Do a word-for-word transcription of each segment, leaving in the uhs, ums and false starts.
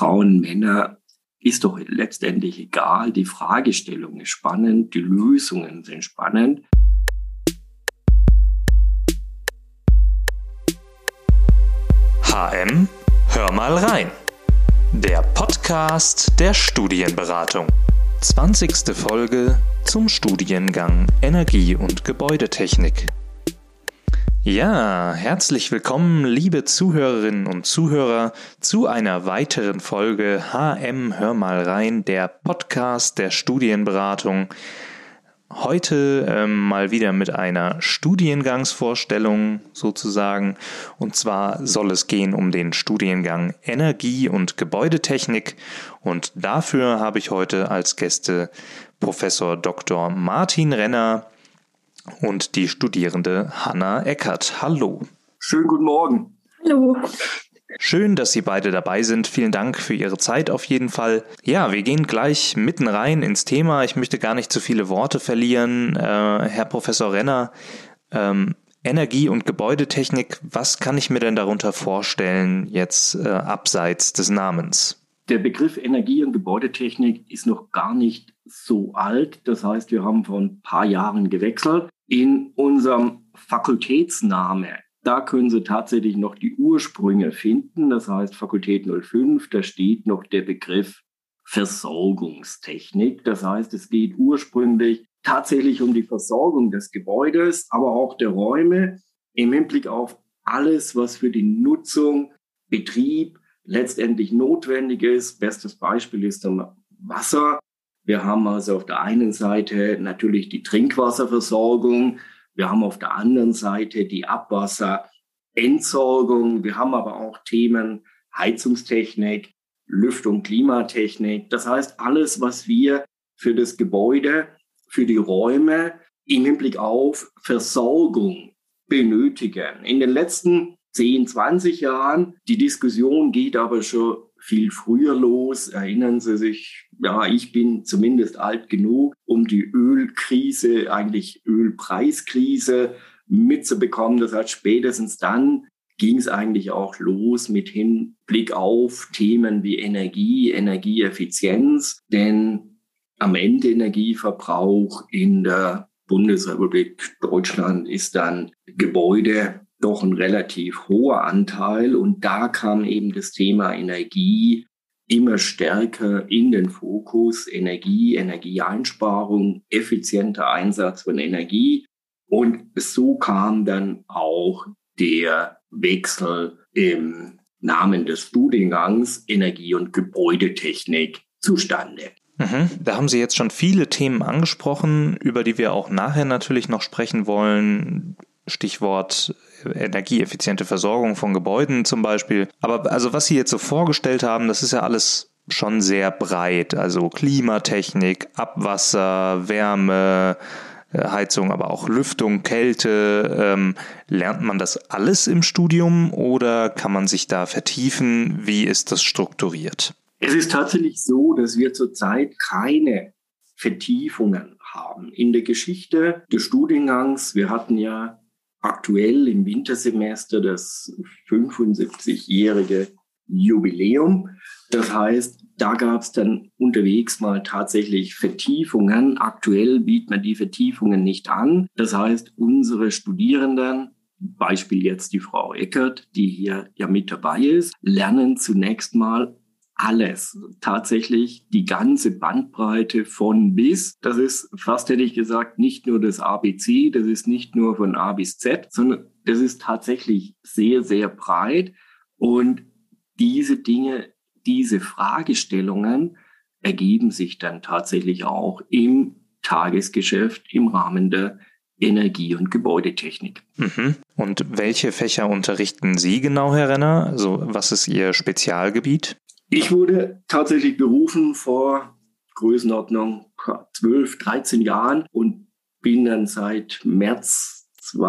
Frauen, Männer, ist doch letztendlich egal. Die Fragestellung ist spannend, die Lösungen sind spannend. H M, hör mal rein. Der Podcast der Studienberatung. zwanzigste Folge zum Studiengang Energie- und Gebäudetechnik. Ja, herzlich willkommen, liebe Zuhörerinnen und Zuhörer, zu einer weiteren Folge H M, hör mal rein, der Podcast der Studienberatung. Heute ähm, mal wieder mit einer Studiengangsvorstellung sozusagen. Und zwar soll es gehen um den Studiengang Energie- und Gebäudetechnik. Und dafür habe ich heute als Gäste Professor Doktor Martin Renner und die Studierende Hanna Eckert. Hallo. Schönen guten Morgen. Hallo. Schön, dass Sie beide dabei sind. Vielen Dank für Ihre Zeit auf jeden Fall. Ja, wir gehen gleich mitten rein ins Thema. Ich möchte gar nicht zu viele Worte verlieren. Äh, Herr Professor Renner, ähm, Energie- und Gebäudetechnik, was kann ich mir denn darunter vorstellen, jetzt äh, abseits des Namens? Der Begriff Energie- und Gebäudetechnik ist noch gar nicht so alt. Das heißt, wir haben vor ein paar Jahren gewechselt. In unserem Fakultätsname, da können Sie tatsächlich noch die Ursprünge finden. Das heißt, Fakultät null fünf, da steht noch der Begriff Versorgungstechnik. Das heißt, es geht ursprünglich tatsächlich um die Versorgung des Gebäudes, aber auch der Räume im Hinblick auf alles, was für die Nutzung, Betrieb letztendlich notwendig ist. Bestes Beispiel ist dann Wasser. Wir haben also auf der einen Seite natürlich die Trinkwasserversorgung. Wir haben auf der anderen Seite die Abwasserentsorgung. Wir haben aber auch Themen Heizungstechnik, Lüftung, Klimatechnik. Das heißt, alles, was wir für das Gebäude, für die Räume im Hinblick auf Versorgung benötigen. In den letzten zehn, zwanzig Jahren, die Diskussion geht aber schon viel früher los. Erinnern Sie sich, ja, ich bin zumindest alt genug, um die Ölkrise, eigentlich Ölpreiskrise mitzubekommen. Das heißt, spätestens dann ging es eigentlich auch los mit Hinblick auf Themen wie Energie, Energieeffizienz. Denn am Ende Energieverbrauch in der Bundesrepublik Deutschland ist dann Gebäude doch ein relativ hoher Anteil. Und da kam eben das Thema Energie immer stärker in den Fokus. Energie, Energieeinsparung, effizienter Einsatz von Energie. Und so kam dann auch der Wechsel im Namen des Studiengangs Energie- und Gebäudetechnik zustande. Mhm. Da haben Sie jetzt schon viele Themen angesprochen, über die wir auch nachher natürlich noch sprechen wollen. Stichwort energieeffiziente Versorgung von Gebäuden zum Beispiel. Aber also was Sie jetzt so vorgestellt haben, das ist ja alles schon sehr breit. Also Klimatechnik, Abwasser, Wärme, Heizung, aber auch Lüftung, Kälte. Ähm, lernt man das alles im Studium oder kann man sich da vertiefen? Wie ist das strukturiert? Es ist tatsächlich so, dass wir zurzeit keine Vertiefungen haben. In der Geschichte des Studiengangs, wir hatten ja aktuell im Wintersemester das fünfundsiebzigjährige Jubiläum. Das heißt, da gab es dann unterwegs mal tatsächlich Vertiefungen. Aktuell bietet man die Vertiefungen nicht an. Das heißt, unsere Studierenden, Beispiel jetzt die Frau Eckert, die hier ja mit dabei ist, lernen zunächst mal alles, tatsächlich die ganze Bandbreite von bis. Das ist fast, hätte ich gesagt, nicht nur das A B C, das ist nicht nur von A bis Z, sondern das ist tatsächlich sehr, sehr breit. Und diese Dinge, diese Fragestellungen ergeben sich dann tatsächlich auch im Tagesgeschäft im Rahmen der Energie- und Gebäudetechnik. Mhm. Und welche Fächer unterrichten Sie genau, Herr Renner? Also was ist Ihr Spezialgebiet? Ich wurde tatsächlich berufen vor Größenordnung zwölf, dreizehn Jahren und bin dann seit März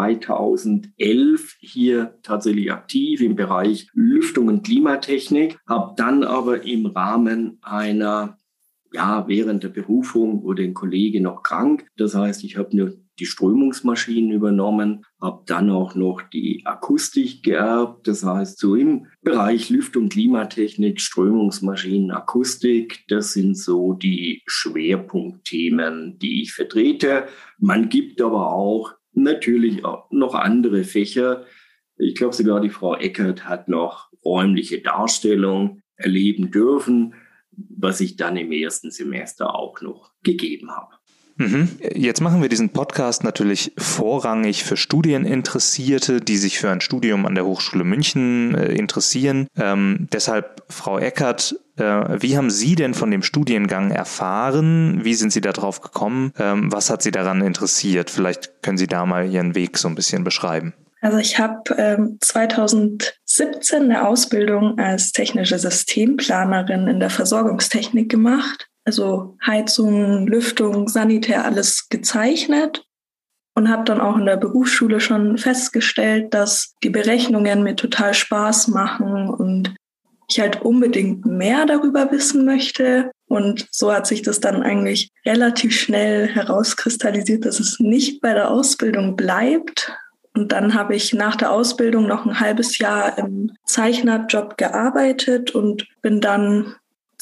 zweitausendelf hier tatsächlich aktiv im Bereich Lüftung und Klimatechnik, habe dann aber im Rahmen einer ja, während der Berufung wurde ein Kollege noch krank. Das heißt, ich habe nur die Strömungsmaschinen übernommen, habe dann auch noch die Akustik geerbt. Das heißt, so im Bereich Lüft- und Klimatechnik, Strömungsmaschinen, Akustik, das sind so die Schwerpunktthemen, die ich vertrete. Man gibt aber auch natürlich auch noch andere Fächer. Ich glaube, sogar die Frau Eckert hat noch räumliche Darstellung erleben dürfen, was ich dann im ersten Semester auch noch gegeben habe. Mhm. Jetzt machen wir diesen Podcast natürlich vorrangig für Studieninteressierte, die sich für ein Studium an der Hochschule München äh, interessieren. Ähm, deshalb, Frau Eckert, äh, wie haben Sie denn von dem Studiengang erfahren? Wie sind Sie darauf gekommen? Ähm, was hat Sie daran interessiert? Vielleicht können Sie da mal Ihren Weg so ein bisschen beschreiben. Also ich habe ähm, zweitausendsiebzehn eine Ausbildung als technische Systemplanerin in der Versorgungstechnik gemacht. Also Heizung, Lüftung, Sanitär, alles gezeichnet. Und habe dann auch in der Berufsschule schon festgestellt, dass die Berechnungen mir total Spaß machen und ich halt unbedingt mehr darüber wissen möchte. Und so hat sich das dann eigentlich relativ schnell herauskristallisiert, dass es nicht bei der Ausbildung bleibt. Und dann habe ich nach der Ausbildung noch ein halbes Jahr im Zeichnerjob gearbeitet und bin dann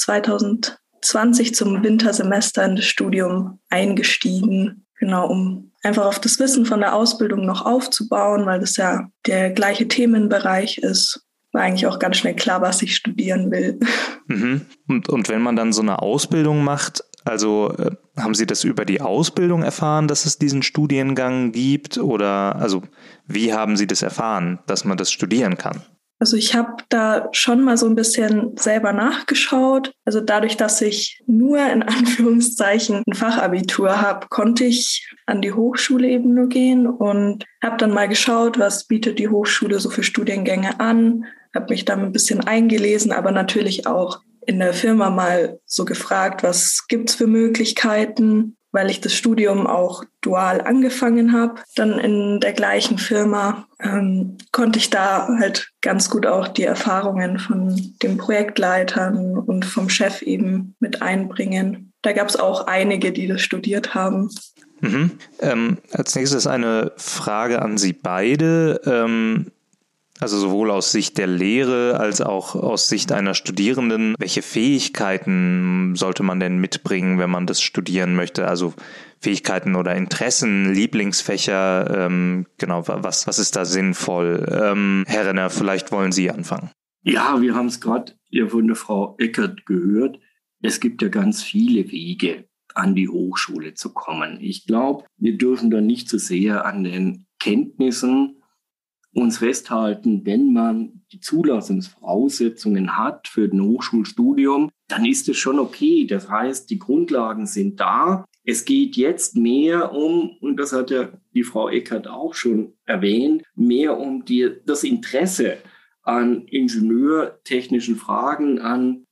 zweitausendzwanzig zum Wintersemester in das Studium eingestiegen. Genau, um einfach auf das Wissen von der Ausbildung noch aufzubauen, weil das ja der gleiche Themenbereich ist. War eigentlich auch ganz schnell klar, was ich studieren will. Mhm. Und, und wenn man dann so eine Ausbildung macht, also äh, haben Sie das über die Ausbildung erfahren, dass es diesen Studiengang gibt? Oder also wie haben Sie das erfahren, dass man das studieren kann? Also ich habe da schon mal so ein bisschen selber nachgeschaut. Also dadurch, dass ich nur in Anführungszeichen ein Fachabitur habe, konnte ich an die Hochschule eben nur gehen und habe dann mal geschaut, was bietet die Hochschule so für Studiengänge an. Habe mich da ein bisschen eingelesen, aber natürlich auch in der Firma mal so gefragt, was gibt's für Möglichkeiten, weil ich das Studium auch dual angefangen habe. Dann in der gleichen Firma ähm, konnte ich da halt ganz gut auch die Erfahrungen von den Projektleitern und vom Chef eben mit einbringen. Da gab es auch einige, die das studiert haben. Mhm. Ähm, als nächstes eine Frage an Sie beide. Ähm Also sowohl aus Sicht der Lehre als auch aus Sicht einer Studierenden. Welche Fähigkeiten sollte man denn mitbringen, wenn man das studieren möchte? Also Fähigkeiten oder Interessen, Lieblingsfächer, ähm, genau, was, was ist da sinnvoll? Ähm, Herr Renner, vielleicht wollen Sie anfangen. Ja, wir haben es gerade ja von der Frau Eckert gehört. Es gibt ja ganz viele Wege, an die Hochschule zu kommen. Ich glaube, wir dürfen da nicht zu sehr an den Kenntnissen uns festhalten, wenn man die Zulassungsvoraussetzungen hat für ein Hochschulstudium, dann ist es schon okay. Das heißt, die Grundlagen sind da. Es geht jetzt mehr um, und das hat ja die Frau Eckert auch schon erwähnt, mehr um die, das Interesse an ingenieurtechnischen Fragen, an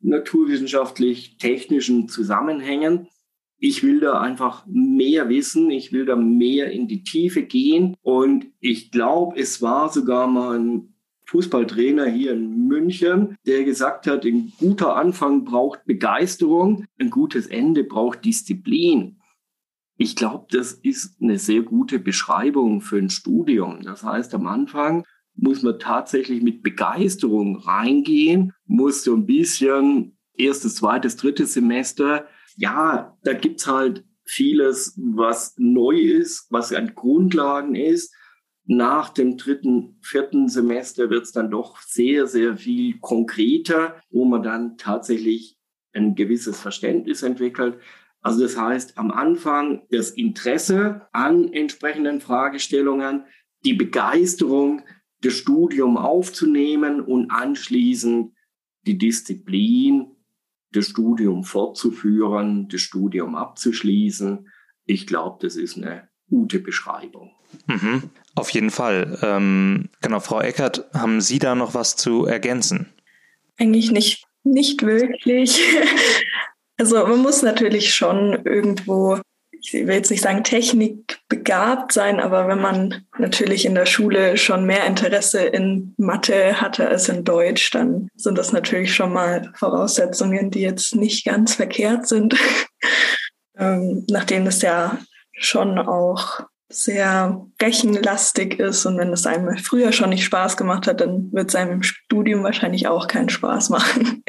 naturwissenschaftlich-technischen Zusammenhängen. Ich will da einfach mehr wissen, ich will da mehr in die Tiefe gehen und ich glaube, es war sogar mal ein Fußballtrainer hier in München, der gesagt hat, ein guter Anfang braucht Begeisterung, ein gutes Ende braucht Disziplin. Ich glaube, das ist eine sehr gute Beschreibung für ein Studium. Das heißt, am Anfang muss man tatsächlich mit Begeisterung reingehen, muss so ein bisschen erstes, zweites, drittes Semester. Ja, da gibt's halt vieles, was neu ist, was an Grundlagen ist. Nach dem dritten, vierten Semester wird's dann doch sehr, sehr viel konkreter, wo man dann tatsächlich ein gewisses Verständnis entwickelt. Also das heißt, am Anfang das Interesse an entsprechenden Fragestellungen, die Begeisterung, das Studium aufzunehmen und anschließend die Disziplin, das Studium fortzuführen, das Studium abzuschließen. Ich glaube, das ist eine gute Beschreibung. Mhm, auf jeden Fall. Ähm, genau, Frau Eckert, haben Sie da noch was zu ergänzen? Eigentlich nicht, nicht wirklich. Also man muss natürlich schon irgendwo ich will jetzt nicht sagen technikbegabt sein, aber wenn man natürlich in der Schule schon mehr Interesse in Mathe hatte als in Deutsch, dann sind das natürlich schon mal Voraussetzungen, die jetzt nicht ganz verkehrt sind. ähm, nachdem es ja schon auch sehr rechenlastig ist und wenn es einem früher schon nicht Spaß gemacht hat, dann wird es einem im Studium wahrscheinlich auch keinen Spaß machen.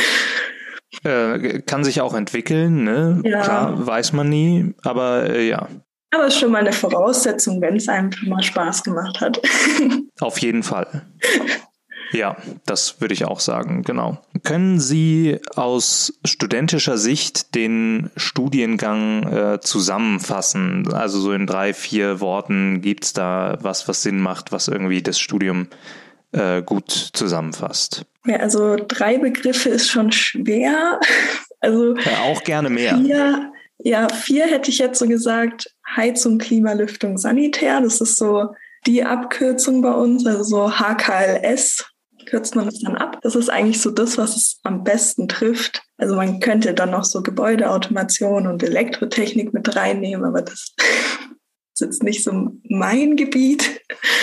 Äh, kann sich auch entwickeln, ne? Ja. Klar, weiß man nie, aber äh, ja. Aber es ist schon mal eine Voraussetzung, wenn es einem schon mal Spaß gemacht hat. Auf jeden Fall. Ja, das würde ich auch sagen, genau. Können Sie aus studentischer Sicht den Studiengang äh, zusammenfassen? Also so in drei, vier Worten, gibt es da was, was Sinn macht, was irgendwie das Studium äh, gut zusammenfasst? Ja, also drei Begriffe ist schon schwer. Also ja, auch gerne mehr. Vier, ja, vier hätte ich jetzt so gesagt. Heizung, Klima, Lüftung, Sanitär. Das ist so die Abkürzung bei uns, also so H K L S. Kürzt man das dann ab. Das ist eigentlich so das, was es am besten trifft. Also man könnte dann noch so Gebäudeautomation und Elektrotechnik mit reinnehmen, aber das ist jetzt nicht so mein Gebiet.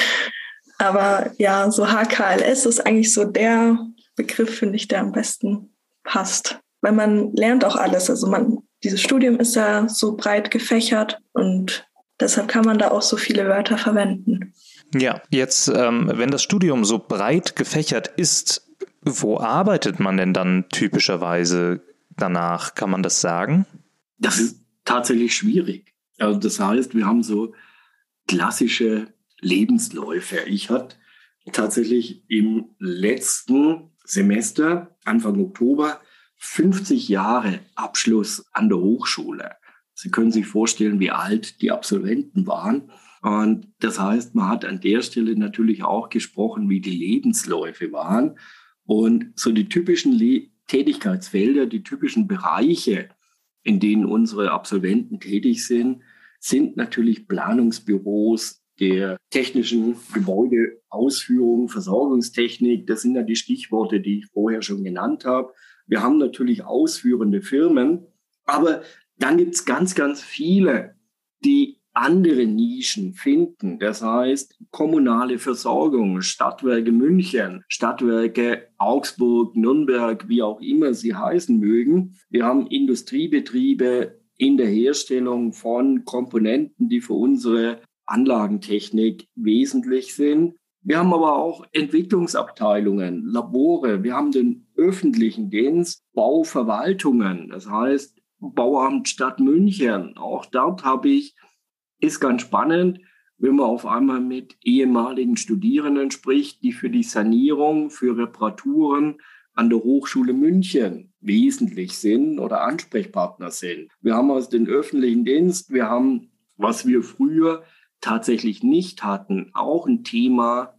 Aber ja, so H K L S ist eigentlich so der Begriff, finde ich, der am besten passt. Weil man lernt auch alles. Also man, dieses Studium ist ja so breit gefächert und deshalb kann man da auch so viele Wörter verwenden. Ja, jetzt, ähm, wenn das Studium so breit gefächert ist, wo arbeitet man denn dann typischerweise danach? Kann man das sagen? Das ist tatsächlich schwierig. Also das heißt, wir haben so klassische Lebensläufe. Ich hatte tatsächlich im letzten Semester, Anfang Oktober, fünfzig Jahre Abschluss an der Hochschule. Sie können sich vorstellen, wie alt die Absolventen waren. Und das heißt, man hat an der Stelle natürlich auch gesprochen, wie die Lebensläufe waren. Und so die typischen Le- Tätigkeitsfelder, die typischen Bereiche, in denen unsere Absolventen tätig sind, sind natürlich Planungsbüros der technischen Gebäudeausführung, Versorgungstechnik. Das sind ja die Stichworte, die ich vorher schon genannt habe. Wir haben natürlich ausführende Firmen, aber dann gibt es ganz, ganz viele, die andere Nischen finden. Das heißt, kommunale Versorgung, Stadtwerke München, Stadtwerke Augsburg, Nürnberg, wie auch immer sie heißen mögen. Wir haben Industriebetriebe in der Herstellung von Komponenten, die für unsere Anlagentechnik wesentlich sind. Wir haben aber auch Entwicklungsabteilungen, Labore. Wir haben den öffentlichen Dienst, Bauverwaltungen. Das heißt, Bauamt Stadt München. Auch dort habe ich Ist ganz spannend, wenn man auf einmal mit ehemaligen Studierenden spricht, die für die Sanierung, für Reparaturen an der Hochschule München wesentlich sind oder Ansprechpartner sind. Wir haben aus dem öffentlichen Dienst, wir haben, was wir früher tatsächlich nicht hatten, auch ein Thema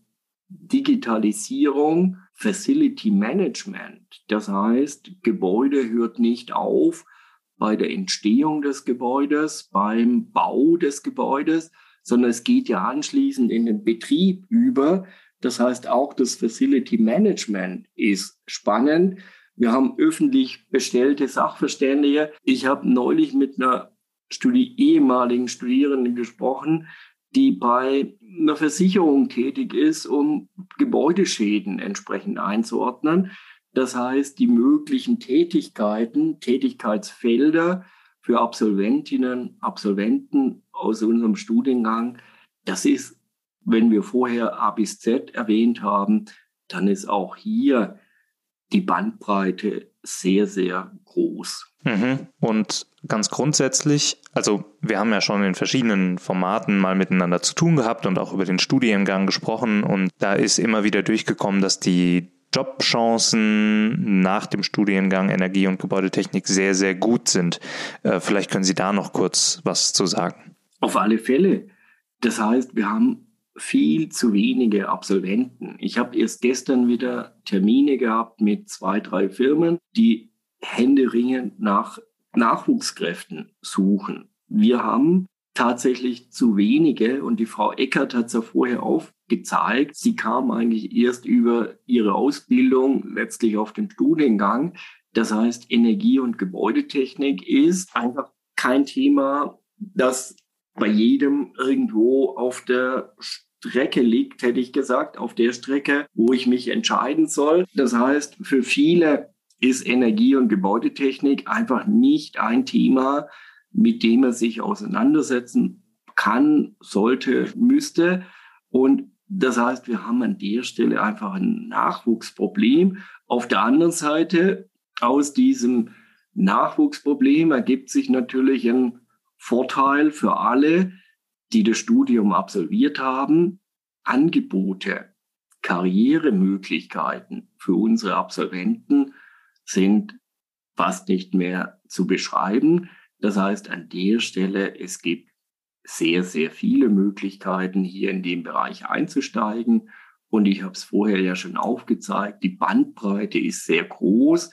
Digitalisierung, Facility Management. Das heißt, Gebäude hört nicht auf bei der Entstehung des Gebäudes, beim Bau des Gebäudes, sondern es geht ja anschließend in den Betrieb über. Das heißt, auch das Facility Management ist spannend. Wir haben öffentlich bestellte Sachverständige. Ich habe neulich mit einer Studi- ehemaligen Studierenden gesprochen, die bei einer Versicherung tätig ist, um Gebäudeschäden entsprechend einzuordnen. Das heißt, die möglichen Tätigkeiten, Tätigkeitsfelder für Absolventinnen, Absolventen aus unserem Studiengang, das ist, wenn wir vorher A bis Z erwähnt haben, dann ist auch hier die Bandbreite sehr, sehr groß. Mhm. Und ganz grundsätzlich, also wir haben ja schon in verschiedenen Formaten mal miteinander zu tun gehabt und auch über den Studiengang gesprochen und da ist immer wieder durchgekommen, dass die Jobchancen nach dem Studiengang Energie- und Gebäudetechnik sehr, sehr gut sind. Äh, vielleicht können Sie da noch kurz was zu sagen. Auf alle Fälle. Das heißt, wir haben viel zu wenige Absolventen. Ich habe erst gestern wieder Termine gehabt mit zwei, drei Firmen, die händeringend nach Nachwuchskräften suchen. Wir haben tatsächlich zu wenige und die Frau Eckert hat es ja vorher aufgezeigt. Sie kam eigentlich erst über ihre Ausbildung letztlich auf den Studiengang. Das heißt, Energie- und Gebäudetechnik ist einfach kein Thema, das bei jedem irgendwo auf der Strecke liegt, hätte ich gesagt, auf der Strecke, wo ich mich entscheiden soll. Das heißt, für viele ist Energie- und Gebäudetechnik einfach nicht ein Thema, mit dem er sich auseinandersetzen kann, sollte, müsste. Und das heißt, wir haben an der Stelle einfach ein Nachwuchsproblem. Auf der anderen Seite, aus diesem Nachwuchsproblem ergibt sich natürlich ein Vorteil für alle, die das Studium absolviert haben. Angebote, Karrieremöglichkeiten für unsere Absolventen sind fast nicht mehr zu beschreiben. Das heißt, an der Stelle, es gibt sehr, sehr viele Möglichkeiten, hier in dem Bereich einzusteigen. Und ich habe es vorher ja schon aufgezeigt, die Bandbreite ist sehr groß.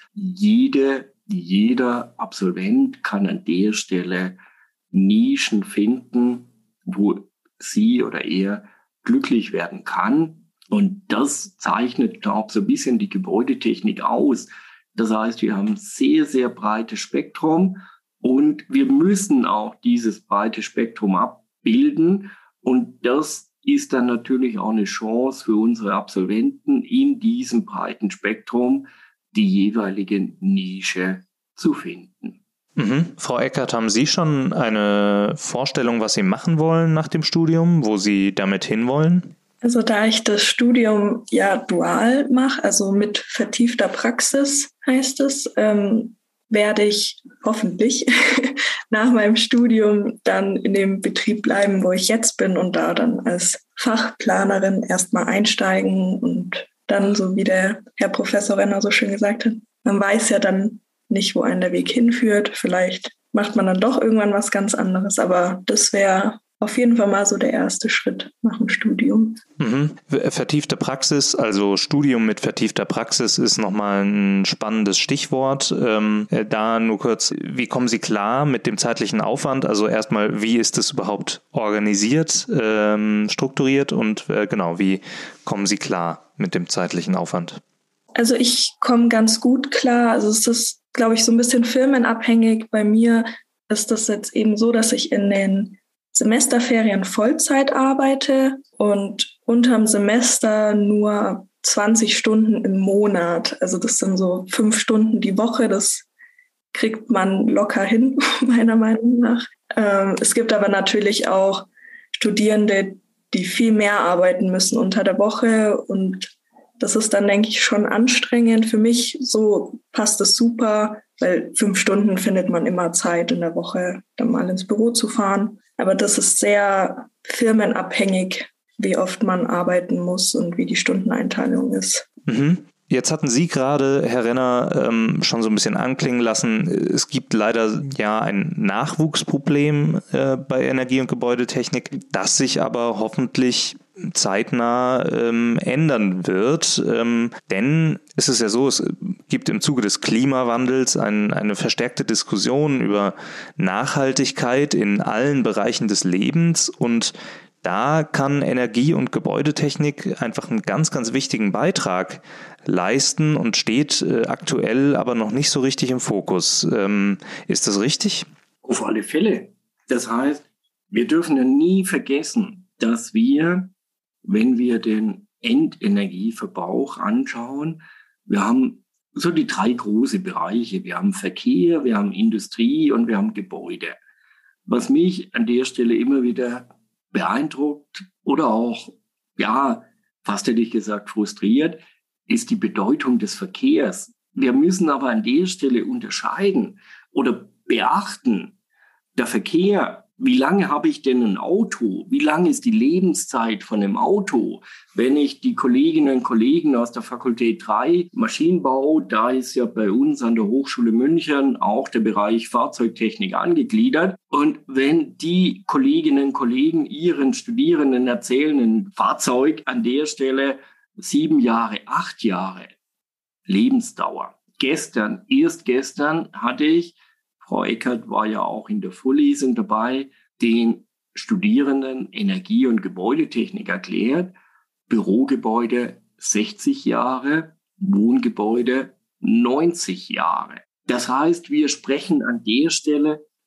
Jede, jeder Absolvent kann an der Stelle Nischen finden, wo sie oder er glücklich werden kann. Und das zeichnet, glaube ich, so ein bisschen die Gebäudetechnik aus. Das heißt, wir haben ein sehr, sehr breites Spektrum und wir müssen auch dieses breite Spektrum abbilden. Und das ist dann natürlich auch eine Chance für unsere Absolventen, in diesem breiten Spektrum die jeweilige Nische zu finden. Mhm. Frau Eckert, haben Sie schon eine Vorstellung, was Sie machen wollen nach dem Studium, wo Sie damit hinwollen? Also da ich das Studium ja dual mache, also mit vertiefter Praxis heißt es, ähm, werde ich hoffentlich nach meinem Studium dann in dem Betrieb bleiben, wo ich jetzt bin und da dann als Fachplanerin erstmal einsteigen und dann, so wie der Herr Professor Renner so schön gesagt hat, man weiß ja dann nicht, wo einen der Weg hinführt. Vielleicht macht man dann doch irgendwann was ganz anderes, aber das wäre auf jeden Fall mal so der erste Schritt nach dem Studium. Mhm. Vertiefte Praxis, also Studium mit vertiefter Praxis ist nochmal ein spannendes Stichwort. Ähm, da nur kurz, wie kommen Sie klar mit dem zeitlichen Aufwand? Also erstmal, wie ist es überhaupt organisiert, ähm, strukturiert und äh, genau, wie kommen Sie klar mit dem zeitlichen Aufwand? Also ich komme ganz gut klar. Also es ist, glaube ich, so ein bisschen firmenabhängig. Bei mir ist das jetzt eben so, dass ich in den Semesterferien Vollzeit arbeite und unterm Semester nur zwanzig Stunden im Monat. Also das sind so fünf Stunden die Woche. Das kriegt man locker hin, meiner Meinung nach. Ähm, es gibt aber natürlich auch Studierende, die viel mehr arbeiten müssen unter der Woche und das ist dann, denke ich, schon anstrengend. Für mich so passt es super, weil fünf Stunden findet man immer Zeit in der Woche, dann mal ins Büro zu fahren. Aber das ist sehr firmenabhängig, wie oft man arbeiten muss und wie die Stundeneinteilung ist. Mhm. Jetzt hatten Sie gerade, Herr Renner, ähm, schon so ein bisschen anklingen lassen, es gibt leider ja ein Nachwuchsproblem äh, bei Energie- und Gebäudetechnik, das sich aber hoffentlich zeitnah ähm, ändern wird. Ähm, denn es ist ja so, es gibt im Zuge des Klimawandels ein, eine verstärkte Diskussion über Nachhaltigkeit in allen Bereichen des Lebens und da kann Energie- und Gebäudetechnik einfach einen ganz, ganz wichtigen Beitrag leisten und steht äh, aktuell aber noch nicht so richtig im Fokus. Ähm, ist das richtig? Auf alle Fälle. Das heißt, wir dürfen ja nie vergessen, dass wir, wenn wir den Endenergieverbrauch anschauen, wir haben so die drei große Bereiche. Wir haben Verkehr, wir haben Industrie und wir haben Gebäude. Was mich an der Stelle immer wieder beeindruckt oder auch, ja, fast hätte ich gesagt, frustriert, ist die Bedeutung des Verkehrs. Wir müssen aber an der Stelle unterscheiden oder beachten, der Verkehr, wie lange habe ich denn ein Auto? Wie lange ist die Lebenszeit von einem Auto? Wenn ich die Kolleginnen und Kollegen aus der Fakultät drei Maschinenbau, da ist ja bei uns an der Hochschule München auch der Bereich Fahrzeugtechnik angegliedert. Und wenn die Kolleginnen und Kollegen ihren Studierenden erzählen, ein Fahrzeug an der Stelle sieben Jahre, acht Jahre Lebensdauer. Gestern, erst gestern hatte ich, Frau Eckert war ja auch in der Vorlesung dabei, den Studierenden Energie- und Gebäudetechnik erklärt. Bürogebäude sechzig Jahre, Wohngebäude neunzig Jahre. Das heißt, wir sprechen an der Stelle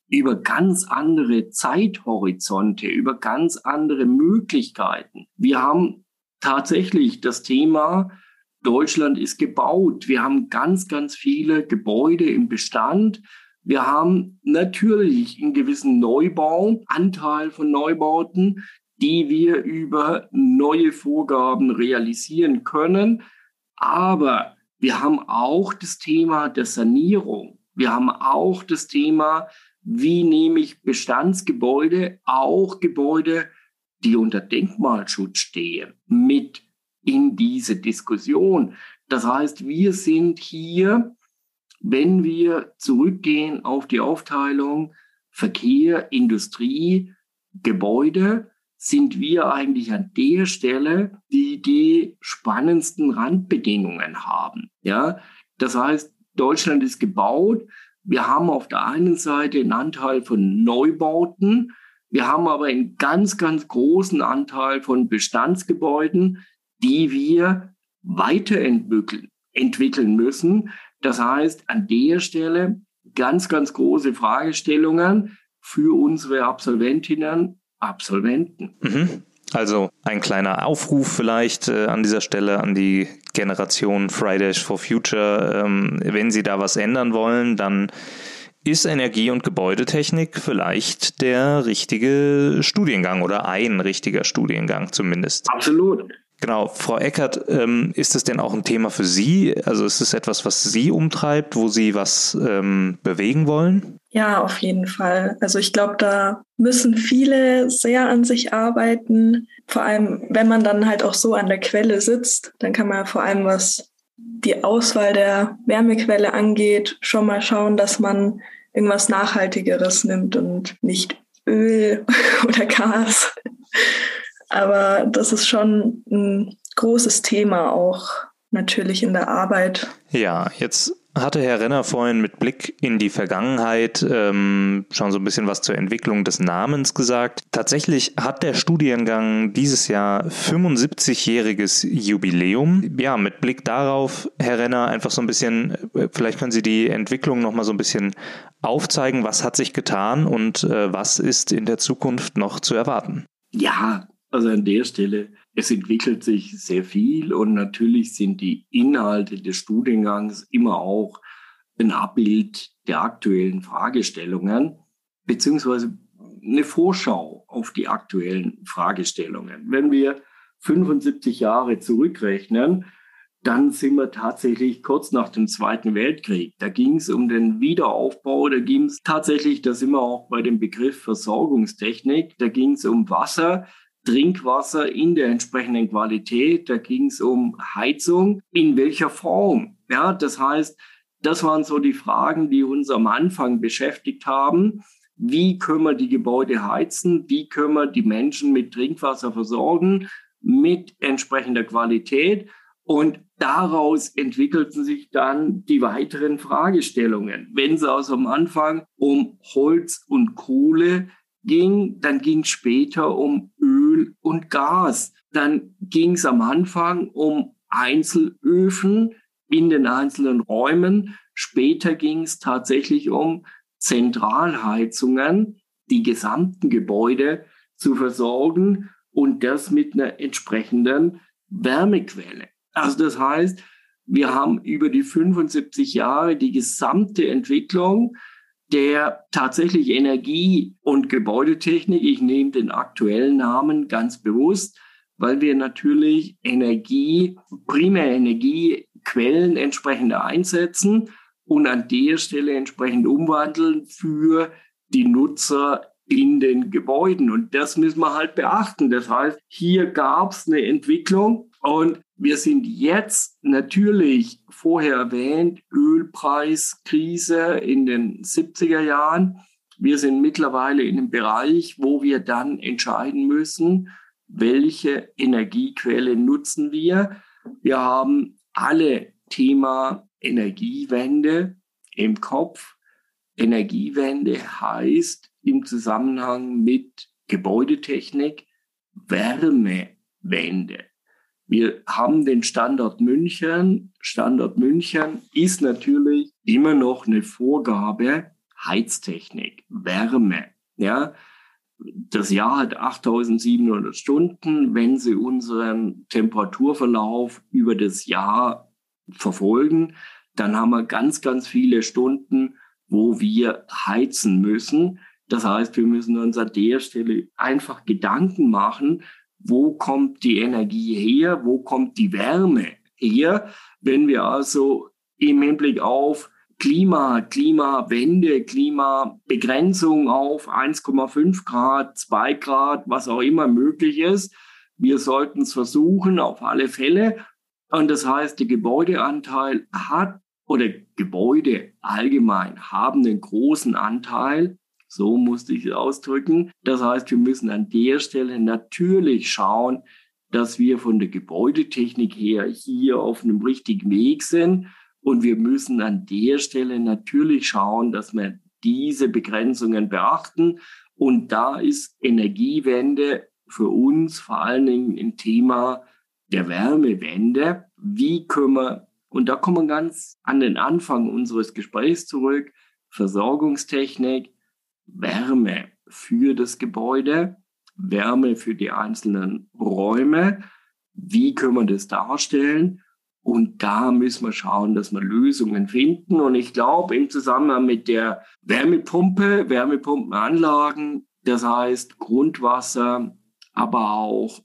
über ganz andere Zeithorizonte, über ganz andere Möglichkeiten. Wir haben tatsächlich das Thema, Deutschland ist gebaut. Wir haben ganz, ganz viele Gebäude im Bestand. Wir haben natürlich einen gewissen Neubau, Anteil von Neubauten, die wir über neue Vorgaben realisieren können. Aber wir haben auch das Thema der Sanierung. Wir haben auch das Thema, wie nehme ich Bestandsgebäude, auch Gebäude, die unter Denkmalschutz stehen, mit in diese Diskussion. Das heißt, wir sind hier, wenn wir zurückgehen auf die Aufteilung Verkehr, Industrie, Gebäude, sind wir eigentlich an der Stelle, die die spannendsten Randbedingungen haben. Ja, das heißt, Deutschland ist gebaut. Wir haben auf der einen Seite einen Anteil von Neubauten. Wir haben aber einen ganz, ganz großen Anteil von Bestandsgebäuden, die wir weiterentwickeln entwickeln müssen. Das heißt, an der Stelle ganz, ganz große Fragestellungen für unsere Absolventinnen, Absolventen. Mhm. Also ein kleiner Aufruf vielleicht äh, an dieser Stelle an die Generation Fridays for Future. Ähm, wenn Sie da was ändern wollen, dann ist Energie- und Gebäudetechnik vielleicht der richtige Studiengang oder ein richtiger Studiengang zumindest. Absolut. Genau, Frau Eckert, ähm, ist es denn auch ein Thema für Sie? Also ist es etwas, was Sie umtreibt, wo Sie was ähm, bewegen wollen? Ja, auf jeden Fall. Also ich glaube, da müssen viele sehr an sich arbeiten. Vor allem, wenn man dann halt auch so an der Quelle sitzt, dann kann man vor allem, was die Auswahl der Wärmequelle angeht, schon mal schauen, dass man irgendwas Nachhaltigeres nimmt und nicht Öl oder Gas. Aber das ist schon ein großes Thema auch natürlich in der Arbeit. Ja, jetzt hatte Herr Renner vorhin mit Blick in die Vergangenheit ähm, schon so ein bisschen was zur Entwicklung des Namens gesagt. Tatsächlich hat der Studiengang dieses Jahr fünfundsiebzigjähriges Jubiläum. Ja, mit Blick darauf, Herr Renner, einfach so ein bisschen, vielleicht können Sie die Entwicklung noch mal so ein bisschen aufzeigen. Was hat sich getan und äh, was ist in der Zukunft noch zu erwarten? Ja, also an der Stelle, es entwickelt sich sehr viel und natürlich sind die Inhalte des Studiengangs immer auch ein Abbild der aktuellen Fragestellungen beziehungsweise eine Vorschau auf die aktuellen Fragestellungen. Wenn wir fünfundsiebzig Jahre zurückrechnen, dann sind wir tatsächlich kurz nach dem Zweiten Weltkrieg. Da ging es um den Wiederaufbau, da ging es tatsächlich, da sind wir auch bei dem Begriff Versorgungstechnik, da ging es um Wasser, Trinkwasser in der entsprechenden Qualität. Da ging es um Heizung. In welcher Form? Ja, das heißt, das waren so die Fragen, die uns am Anfang beschäftigt haben. Wie können wir die Gebäude heizen? Wie können wir die Menschen mit Trinkwasser versorgen? Mit entsprechender Qualität. Und daraus entwickelten sich dann die weiteren Fragestellungen. Wenn es also am Anfang um Holz und Kohle ging, dann ging es später um Öl und Gas. Dann ging es am Anfang um Einzelöfen in den einzelnen Räumen. Später ging es tatsächlich um Zentralheizungen, die gesamten Gebäude zu versorgen und das mit einer entsprechenden Wärmequelle. Also das heißt, wir haben über die fünfundsiebzig Jahre die gesamte Entwicklung der tatsächlich Energie- und Gebäudetechnik, ich nehme den aktuellen Namen ganz bewusst, weil wir natürlich Energie, primäre Energiequellen entsprechend einsetzen und an der Stelle entsprechend umwandeln für die Nutzer in den Gebäuden. Und das müssen wir halt beachten. Das heißt, hier gab es eine Entwicklung und wir sind jetzt natürlich vorher erwähnt, Ölpreiskrise in den siebziger Jahren. Wir sind mittlerweile in einem Bereich, wo wir dann entscheiden müssen, welche Energiequelle nutzen wir. Wir haben alle Thema Energiewende im Kopf. Energiewende heißt im Zusammenhang mit Gebäudetechnik Wärmewende. Wir haben den Standort München. Standort München ist natürlich immer noch eine Vorgabe Heiztechnik, Wärme. Ja, das Jahr hat achttausendsiebenhundert Stunden. Wenn Sie unseren Temperaturverlauf über das Jahr verfolgen, dann haben wir ganz, ganz viele Stunden, wo wir heizen müssen. Das heißt, wir müssen uns an der Stelle einfach Gedanken machen, wo kommt die Energie her, wo kommt die Wärme her, wenn wir also im Hinblick auf Klima, Klimawende, Klimabegrenzung auf eins Komma fünf Grad, zwei Grad, was auch immer möglich ist. Wir sollten es versuchen, auf alle Fälle. Und das heißt, der Gebäudeanteil hat, oder Gebäude allgemein haben einen großen Anteil, so musste ich es ausdrücken. Das heißt, wir müssen an der Stelle natürlich schauen, dass wir von der Gebäudetechnik her hier auf einem richtigen Weg sind. Und wir müssen an der Stelle natürlich schauen, dass wir diese Begrenzungen beachten. Und da ist Energiewende für uns vor allen Dingen ein Thema der Wärmewende. Wie können wir, und da kommen wir ganz an den Anfang unseres Gesprächs zurück, Versorgungstechnik, Wärme für das Gebäude, Wärme für die einzelnen Räume. Wie können wir das darstellen? Und da müssen wir schauen, dass wir Lösungen finden. Und ich glaube, im Zusammenhang mit der Wärmepumpe, Wärmepumpenanlagen, das heißt Grundwasser, aber auch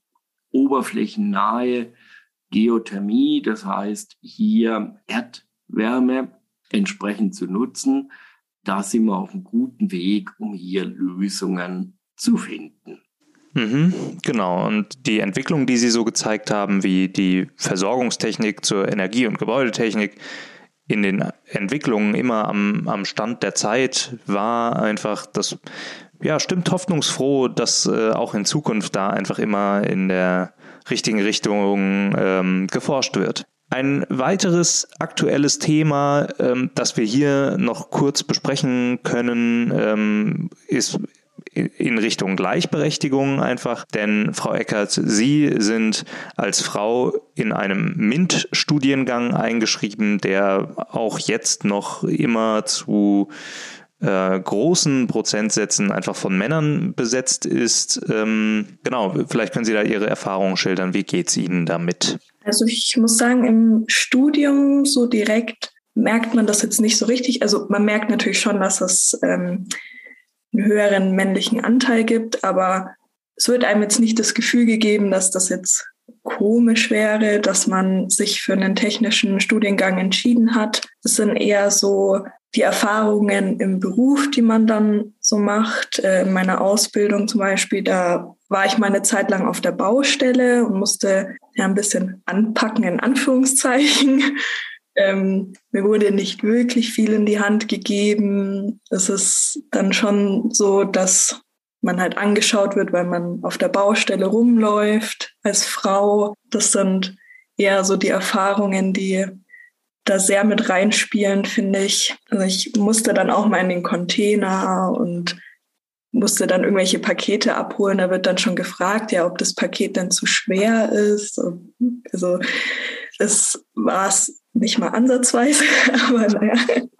oberflächennahe Geothermie, das heißt hier Erdwärme entsprechend zu nutzen, da sind wir auf einem guten Weg, um hier Lösungen zu finden. Mhm, genau. Und die Entwicklung, die Sie so gezeigt haben, wie die Versorgungstechnik zur Energie- und Gebäudetechnik in den Entwicklungen immer am, am Stand der Zeit war einfach, das ja, stimmt hoffnungsfroh, dass äh, auch in Zukunft da einfach immer in der richtigen Richtung ähm, geforscht wird. Ein weiteres aktuelles Thema, ähm, das wir hier noch kurz besprechen können, ähm, ist in Richtung Gleichberechtigung einfach, denn Frau Eckert, Sie sind als Frau in einem MINT-Studiengang eingeschrieben, der auch jetzt noch immer zu äh, großen Prozentsätzen einfach von Männern besetzt ist. Ähm, genau, vielleicht können Sie da Ihre Erfahrungen schildern. Wie geht's Ihnen damit? Also ich muss sagen, im Studium so direkt merkt man das jetzt nicht so richtig. Also man merkt natürlich schon, dass es ähm, einen höheren männlichen Anteil gibt, aber es wird einem jetzt nicht das Gefühl gegeben, dass das jetzt komisch wäre, dass man sich für einen technischen Studiengang entschieden hat. Es sind eher so die Erfahrungen im Beruf, die man dann so macht. In meiner Ausbildung zum Beispiel, da war ich mal eine Zeit lang auf der Baustelle und musste ja ein bisschen anpacken, in Anführungszeichen. Ähm, mir wurde nicht wirklich viel in die Hand gegeben. Es ist dann schon so, dass man halt angeschaut wird, weil man auf der Baustelle rumläuft als Frau. Das sind eher so die Erfahrungen, die da sehr mit reinspielen, finde ich. Also ich musste dann auch mal in den Container und musste dann irgendwelche Pakete abholen. Da wird dann schon gefragt, ja, ob das Paket denn zu schwer ist. Also es war es nicht mal ansatzweise, aber naja.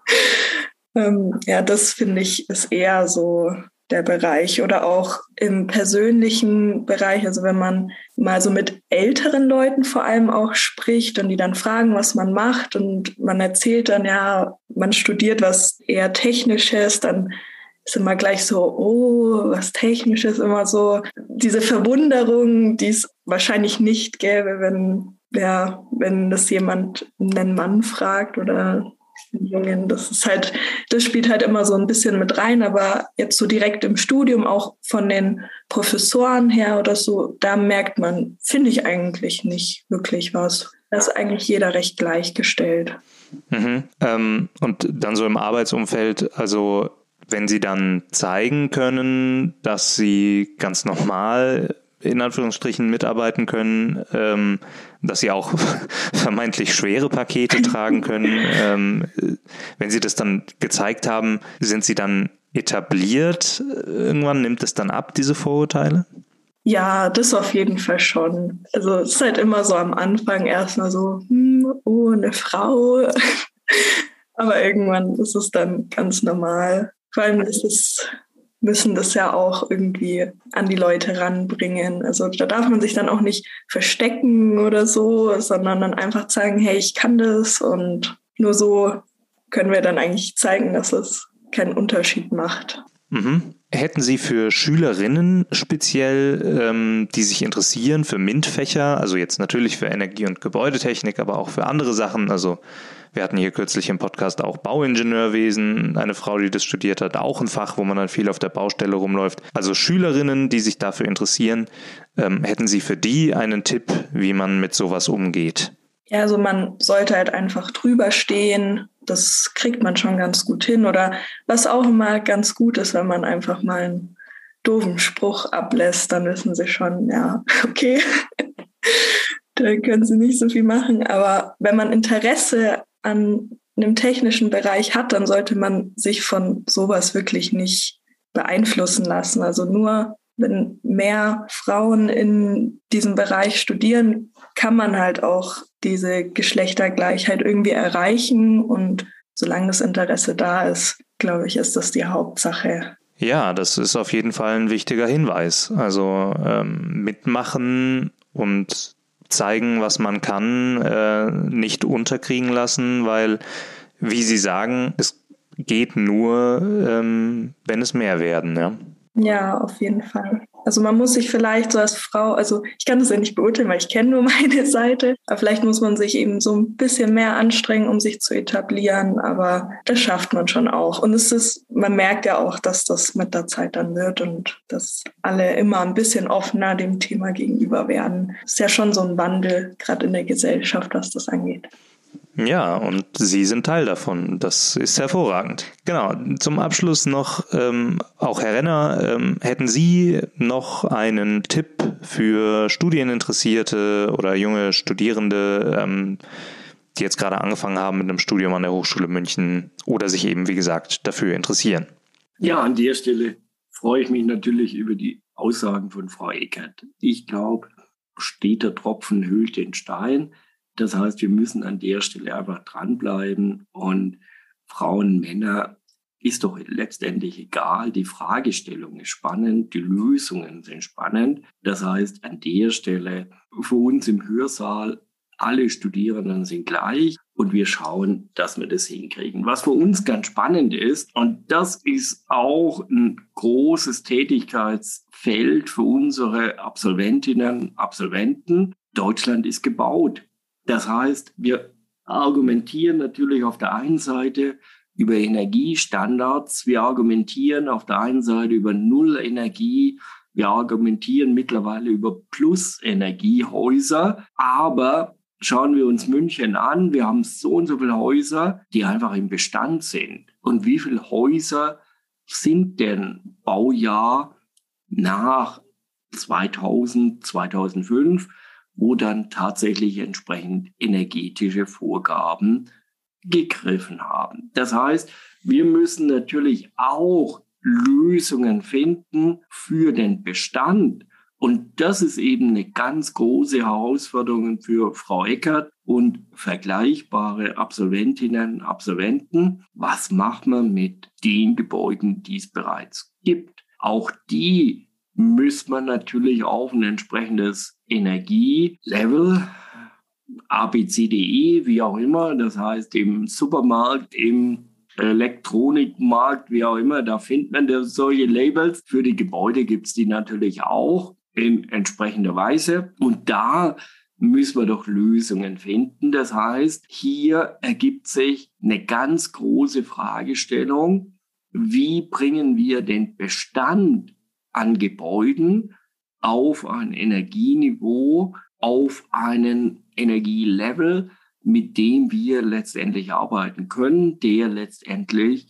Ähm, ja, das finde ich ist eher so der Bereich oder auch im persönlichen Bereich. Also wenn man mal so mit älteren Leuten vor allem auch spricht und die dann fragen, was man macht und man erzählt dann, ja, man studiert was eher Technisches, dann ist immer gleich so, oh, was Technisches, immer so diese Verwunderung, die es wahrscheinlich nicht gäbe, wenn ja, wenn das jemand einen Mann fragt oder einen Jungen. Das ist halt, das spielt halt immer so ein bisschen mit rein, aber jetzt so direkt im Studium, auch von den Professoren her oder so, da merkt man, finde ich eigentlich nicht wirklich was. Da ist eigentlich jeder recht gleichgestellt. Mhm. Ähm, und dann so im Arbeitsumfeld, also wenn Sie dann zeigen können, dass Sie ganz normal in Anführungsstrichen mitarbeiten können, ähm, dass sie auch vermeintlich schwere Pakete tragen können. Ähm, wenn sie das dann gezeigt haben, sind sie dann etabliert? Irgendwann nimmt es dann ab, diese Vorurteile? Ja, das auf jeden Fall schon. Also es ist halt immer so am Anfang erstmal so, hm, oh, eine Frau. Aber irgendwann ist es dann ganz normal. Vor allem ist es, müssen das ja auch irgendwie an die Leute ranbringen. Also da darf man sich dann auch nicht verstecken oder so, sondern dann einfach zeigen, hey, ich kann das. Und nur so können wir dann eigentlich zeigen, dass es keinen Unterschied macht. Mhm. Hätten Sie für Schülerinnen speziell, ähm, die sich interessieren für MINT-Fächer, also jetzt natürlich für Energie- und Gebäudetechnik, aber auch für andere Sachen, also wir hatten hier kürzlich im Podcast auch Bauingenieurwesen, eine Frau, die das studiert hat, auch ein Fach, wo man dann viel auf der Baustelle rumläuft. Also Schülerinnen, die sich dafür interessieren, ähm, hätten Sie für die einen Tipp, wie man mit sowas umgeht? Ja, also man sollte halt einfach drüber stehen. Das kriegt man schon ganz gut hin. Oder was auch immer ganz gut ist, wenn man einfach mal einen doofen Spruch ablässt, dann wissen sie schon, ja, okay, da können sie nicht so viel machen. Aber wenn man Interesse an einem technischen Bereich hat, dann sollte man sich von sowas wirklich nicht beeinflussen lassen. Also nur wenn mehr Frauen in diesem Bereich studieren, kann man halt auch diese Geschlechtergleichheit irgendwie erreichen. Und solange das Interesse da ist, glaube ich, ist das die Hauptsache. Ja, das ist auf jeden Fall ein wichtiger Hinweis. Also ähm, mitmachen und zeigen, was man kann, äh, nicht unterkriegen lassen, weil, wie Sie sagen, es geht nur, ähm, wenn es mehr werden, ja. Ja, auf jeden Fall. Also man muss sich vielleicht so als Frau, also ich kann das ja nicht beurteilen, weil ich kenne nur meine Seite, aber vielleicht muss man sich eben so ein bisschen mehr anstrengen, um sich zu etablieren, aber das schafft man schon auch. Und es ist, man merkt ja auch, dass das mit der Zeit dann wird und dass alle immer ein bisschen offener dem Thema gegenüber werden. Es ist ja schon so ein Wandel, gerade in der Gesellschaft, was das angeht. Ja, und Sie sind Teil davon. Das ist hervorragend. Genau, zum Abschluss noch, ähm, auch Herr Renner, ähm, hätten Sie noch einen Tipp für Studieninteressierte oder junge Studierende, ähm, die jetzt gerade angefangen haben mit einem Studium an der Hochschule München oder sich eben, wie gesagt, dafür interessieren? Ja, an der Stelle freue ich mich natürlich über die Aussagen von Frau Eckert. Ich glaube, steter Tropfen höhlt den Stein. Das heißt, wir müssen an der Stelle einfach dranbleiben und Frauen, Männer ist doch letztendlich egal. Die Fragestellung ist spannend, die Lösungen sind spannend. Das heißt, an der Stelle für uns im Hörsaal, alle Studierenden sind gleich und wir schauen, dass wir das hinkriegen. Was für uns ganz spannend ist, und das ist auch ein großes Tätigkeitsfeld für unsere Absolventinnen und Absolventen, Deutschland ist gebaut. Das heißt, wir argumentieren natürlich auf der einen Seite über Energiestandards, wir argumentieren auf der einen Seite über Nullenergie, wir argumentieren mittlerweile über Plus-Energiehäuser, aber schauen wir uns München an, wir haben so und so viele Häuser, die einfach im Bestand sind. Und wie viele Häuser sind denn Baujahr nach zweitausend, zweitausendfünf, wo dann tatsächlich entsprechend energetische Vorgaben gegriffen haben. Das heißt, wir müssen natürlich auch Lösungen finden für den Bestand. Und das ist eben eine ganz große Herausforderung für Frau Eckert und vergleichbare Absolventinnen und Absolventen. Was macht man mit den Gebäuden, die es bereits gibt? Auch die muss man natürlich auf ein entsprechendes Energielevel, A, B, C, D, E, wie auch immer, das heißt im Supermarkt, im Elektronikmarkt, wie auch immer, da findet man da solche Labels. Für die Gebäude gibt es die natürlich auch in entsprechender Weise. Und da müssen wir doch Lösungen finden. Das heißt, hier ergibt sich eine ganz große Fragestellung, wie bringen wir den Bestand an Gebäuden auf ein Energieniveau, auf einen Energielevel, mit dem wir letztendlich arbeiten können, der letztendlich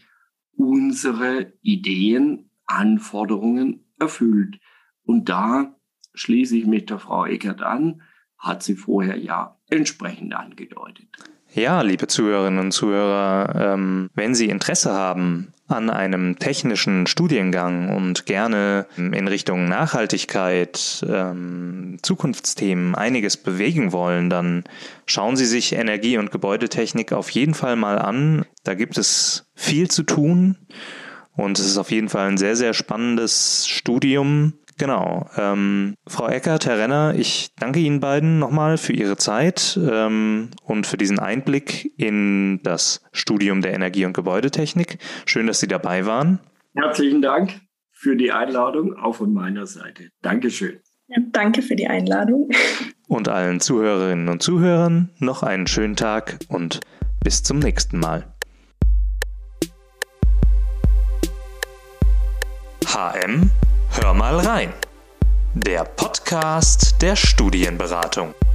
unsere Ideen, Anforderungen erfüllt. Und da schließe ich mich der Frau Eckert an, hat sie vorher ja entsprechend angedeutet. Ja, liebe Zuhörerinnen und Zuhörer, ähm, wenn Sie Interesse haben an einem technischen Studiengang und gerne in Richtung Nachhaltigkeit, ähm, Zukunftsthemen einiges bewegen wollen, dann schauen Sie sich Energie- und Gebäudetechnik auf jeden Fall mal an. Da gibt es viel zu tun und es ist auf jeden Fall ein sehr, sehr spannendes Studium. Genau. Ähm, Frau Eckert, Herr Renner, ich danke Ihnen beiden nochmal für Ihre Zeit ähm, und für diesen Einblick in das Studium der Energie- und Gebäudetechnik. Schön, dass Sie dabei waren. Herzlichen Dank für die Einladung, auch von meiner Seite. Dankeschön. Ja, danke für die Einladung. Und allen Zuhörerinnen und Zuhörern noch einen schönen Tag und bis zum nächsten Mal. H M, hör mal rein. Der Podcast der Studienberatung.